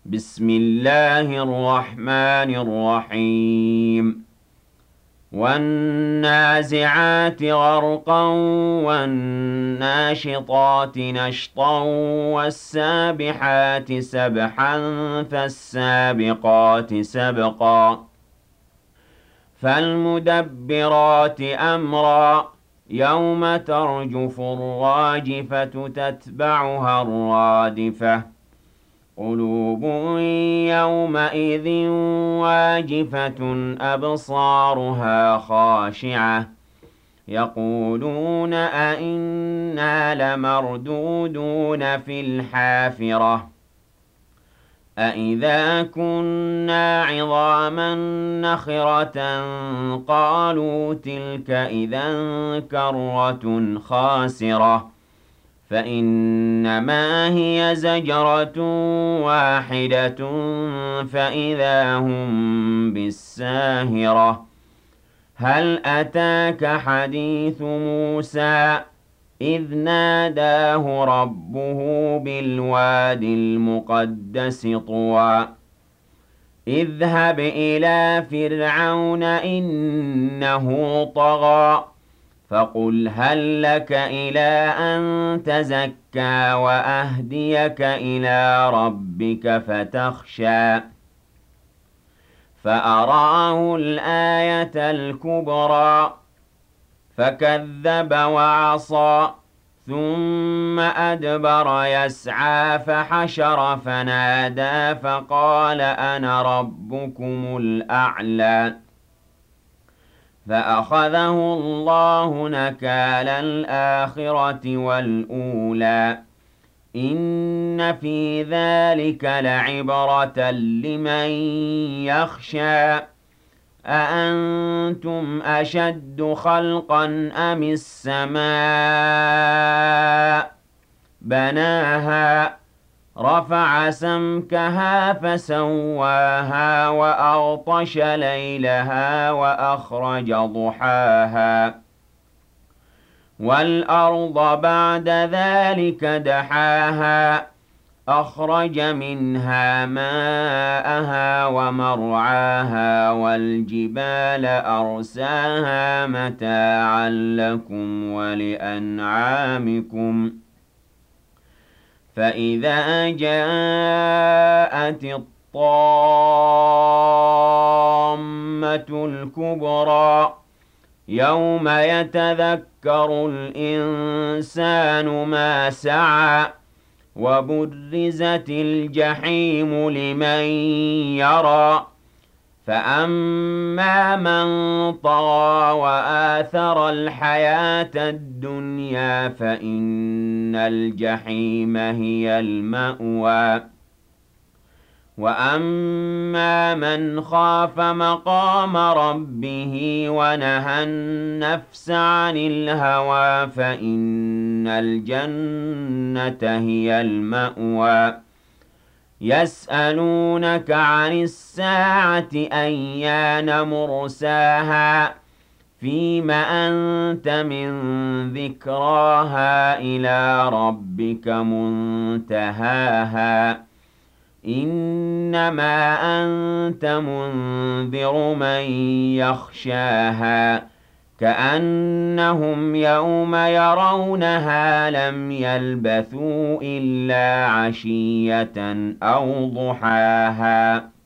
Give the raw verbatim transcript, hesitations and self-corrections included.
بسم الله الرحمن الرحيم والنازعات غرقا والناشطات نشطا والسابحات سبحا فالسابقات سبقا فالمدبرات أمرا يوم ترجف الراجفة تتبعها الرادفة قلوب يومئذ واجفة أبصارها خاشعة يقولون أئنا لمردودون في الحافرة أئذا كنا عظاما نخرة قالوا تلك إذا كرة خاسرة فإنما هي زجرة واحدة فإذا هم بالساهرة هل أتاك حديث موسى إذ ناداه ربه بالواد المقدس طوى اذهب إلى فرعون إنه طغى فقل هل لك إلى أن تزكى وأهديك إلى ربك فتخشى فأراه الآية الكبرى فكذب وعصى ثم أدبر يسعى فحشر فنادى فقال أنا ربكم الأعلى فأخذه الله نكال الآخرة والأولى إن في ذلك لعبرة لمن يخشى أأنتم أشد خلقا أم السماء بناها رفع سمكها فسواها وأغطش ليلها وأخرج ضحاها والأرض بعد ذلك دحاها أخرج منها ماءها ومرعاها والجبال أرساها متاعا لكم ولأنعامكم فإذا جاءت الطامة الكبرى يوم يتذكر الإنسان ما سعى وبرزت الجحيم لمن يرى فأما من طغى وآثر الحياة الدنيا فإن الجحيم هي المأوى وأما من خاف مقام ربه ونهى النفس عن الهوى فإن الجنة هي المأوى يسألونك عن الساعة أيان مرساها فيم أنت من ذكراها إلى ربك منتهاها إنما أنت منذر من يخشاها كأنهم يوم يرونها لم يلبثوا إلا عشية أو ضحاها